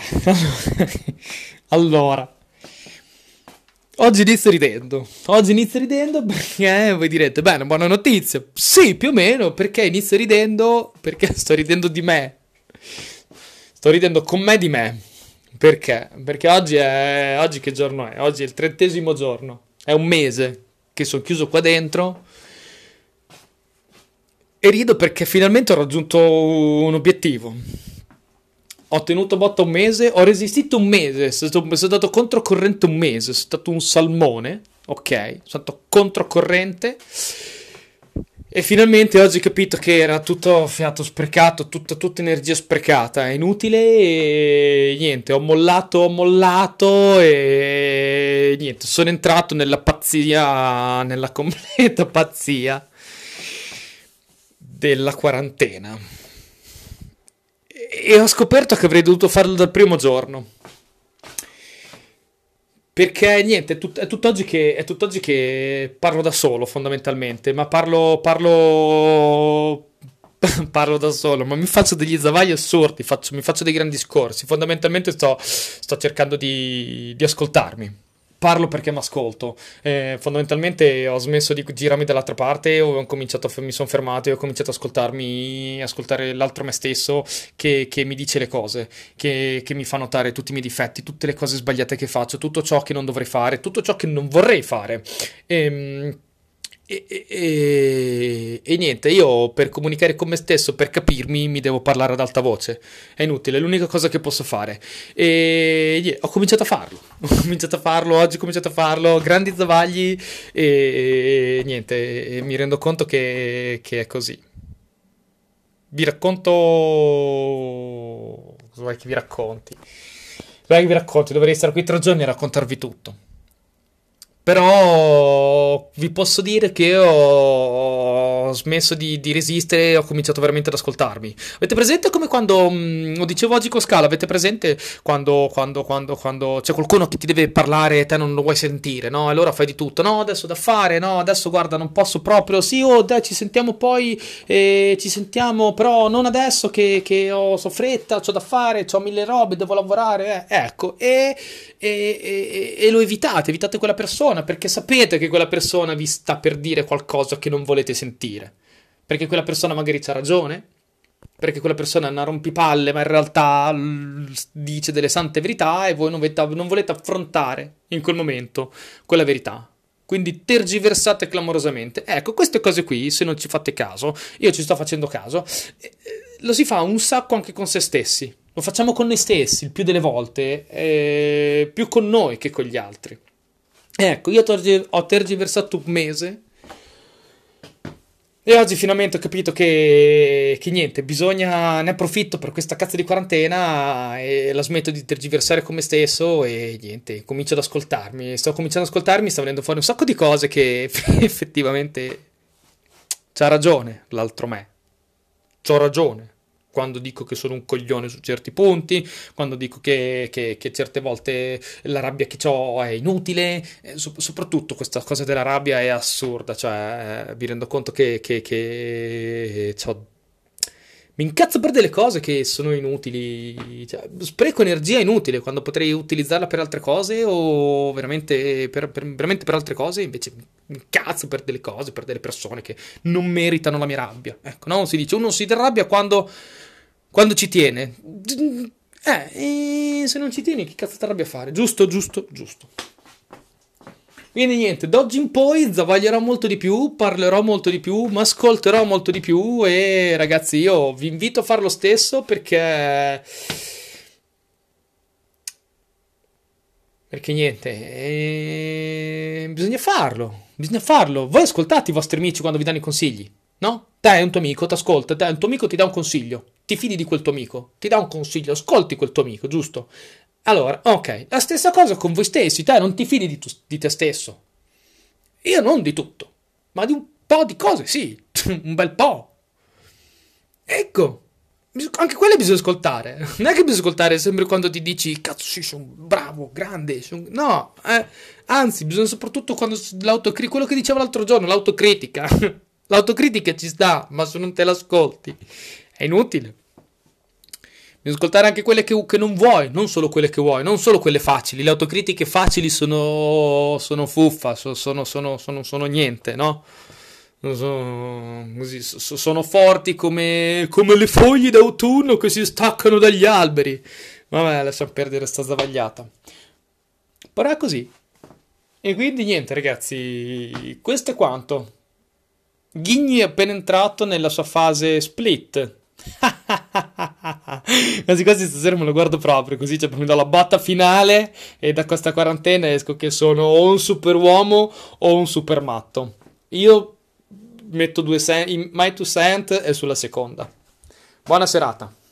Allora, oggi inizio ridendo. Oggi inizio ridendo perché voi direte, bene, buona notizia. Sì, più o meno, perché inizio ridendo? Perché sto ridendo di me. Sto ridendo con me di me. Perché? Perché oggi che giorno è? Oggi è il 30° giorno. È un mese che sono chiuso qua dentro e rido perché finalmente ho raggiunto un obiettivo. Ho tenuto botta un mese, ho resistito un mese, sono stato controcorrente un mese, sono stato un salmone, ok? Sono stato controcorrente e finalmente oggi ho capito che era tutto fiato sprecato, tutta energia sprecata, è inutile e niente, ho mollato e niente, sono entrato nella pazzia, nella completa pazzia della quarantena. E ho scoperto che avrei dovuto farlo dal primo giorno. Perché niente, è tutt'oggi che parlo da solo fondamentalmente, ma parlo da solo, ma mi faccio degli zavagli assurdi, mi faccio dei grandi discorsi, fondamentalmente sto cercando di ascoltarmi. Parlo perché mi ascolto. Fondamentalmente ho smesso di girarmi dall'altra parte, mi sono fermato e ho cominciato ad ascoltare l'altro me stesso che mi dice le cose, che mi fa notare tutti i miei difetti, tutte le cose sbagliate che faccio, tutto ciò che non dovrei fare, tutto ciò che non vorrei fare. Ehm, e niente, io per comunicare con me stesso, per capirmi, mi devo parlare ad alta voce. È inutile, è l'unica cosa che posso fare. E ho cominciato a farlo. Ho cominciato a farlo, oggi ho cominciato a farlo, grandi zavagli e niente, e mi rendo conto che è così. Vi racconto... Cosa vuoi che vi racconti? Vuoi che vi racconti? Dovrei stare qui 3 giorni a raccontarvi tutto. Però vi posso dire che ho smesso di resistere e ho cominciato veramente ad ascoltarmi. Avete presente come quando, lo dicevo oggi con Scala, avete presente quando c'è qualcuno che ti deve parlare e te non lo vuoi sentire, no? E allora fai di tutto, no, adesso da fare, no, adesso guarda, non posso proprio, sì, oh, dai, ci sentiamo poi, ci sentiamo, però non adesso che so fretta, c'ho da fare, c'ho mille robe, devo lavorare, ecco, e lo evitate quella persona perché sapete che quella persona vi sta per dire qualcosa che non volete sentire. Perché quella persona magari c'ha ragione, perché quella persona è una rompipalle, ma in realtà dice delle sante verità e voi non volete affrontare in quel momento quella verità. Quindi tergiversate clamorosamente. Ecco, queste cose qui, se non ci fate caso, io ci sto facendo caso, lo si fa un sacco anche con se stessi. Lo facciamo con noi stessi il più delle volte, più con noi che con gli altri. Ecco, io ho tergiversato un mese e oggi finalmente ho capito che niente, ne approfitto per questa cazzo di quarantena e la smetto di tergiversare con me stesso e niente, comincio ad ascoltarmi. Sto cominciando ad ascoltarmi, sta venendo fuori un sacco di cose che effettivamente c'ha ragione l'altro me. C'ho ragione quando dico che sono un coglione su certi punti, quando dico che certe volte la rabbia che ho è inutile, soprattutto questa cosa della rabbia è assurda, cioè mi rendo conto che mi incazzo per delle cose che sono inutili, cioè, spreco energia inutile quando potrei utilizzarla per altre cose o veramente per altre cose, invece mi incazzo per delle cose, per delle persone che non meritano la mia rabbia. Ecco, no? Si dice, uno si arrabbia quando ci tiene. E se non ci tieni, che cazzo ti arrabbia a fare? Giusto, giusto, giusto. Quindi niente, d'oggi in poi zavaglierò molto di più, parlerò molto di più, mi ascolterò molto di più e ragazzi io vi invito a fare lo stesso perché niente, bisogna farlo. Voi ascoltate i vostri amici quando vi danno i consigli, no? Te è un tuo amico, ti ascolta, te è un tuo amico, ti dà un consiglio, ti fidi di quel tuo amico, ti dà un consiglio, ascolti quel tuo amico, giusto? Allora, ok, la stessa cosa con voi stessi, te non ti fidi di te stesso. Io non di tutto, ma di un po' di cose, sì, un bel po'. Ecco, anche quelle bisogna ascoltare. Non è che bisogna ascoltare sempre quando ti dici, cazzo, sì, sono bravo, grande. No, anzi, bisogna soprattutto quando quello che dicevo l'altro giorno, l'autocritica. L'autocritica ci sta, ma se non te l'ascolti è inutile. Devi ascoltare anche quelle che non vuoi, non solo quelle che vuoi, non solo quelle facili. Le autocritiche facili sono fuffa, sono niente, no? Così, sono forti come le foglie d'autunno che si staccano dagli alberi. Vabbè, lasciamo perdere sta zavagliata. Però è così. E quindi niente, ragazzi, questo è quanto. Ghigni è appena entrato nella sua fase split. Quasi quasi stasera me lo guardo proprio, così c'è proprio la botta finale e da questa quarantena esco che sono o un super uomo o un super matto. Io metto my two cent è sulla seconda. Buona serata.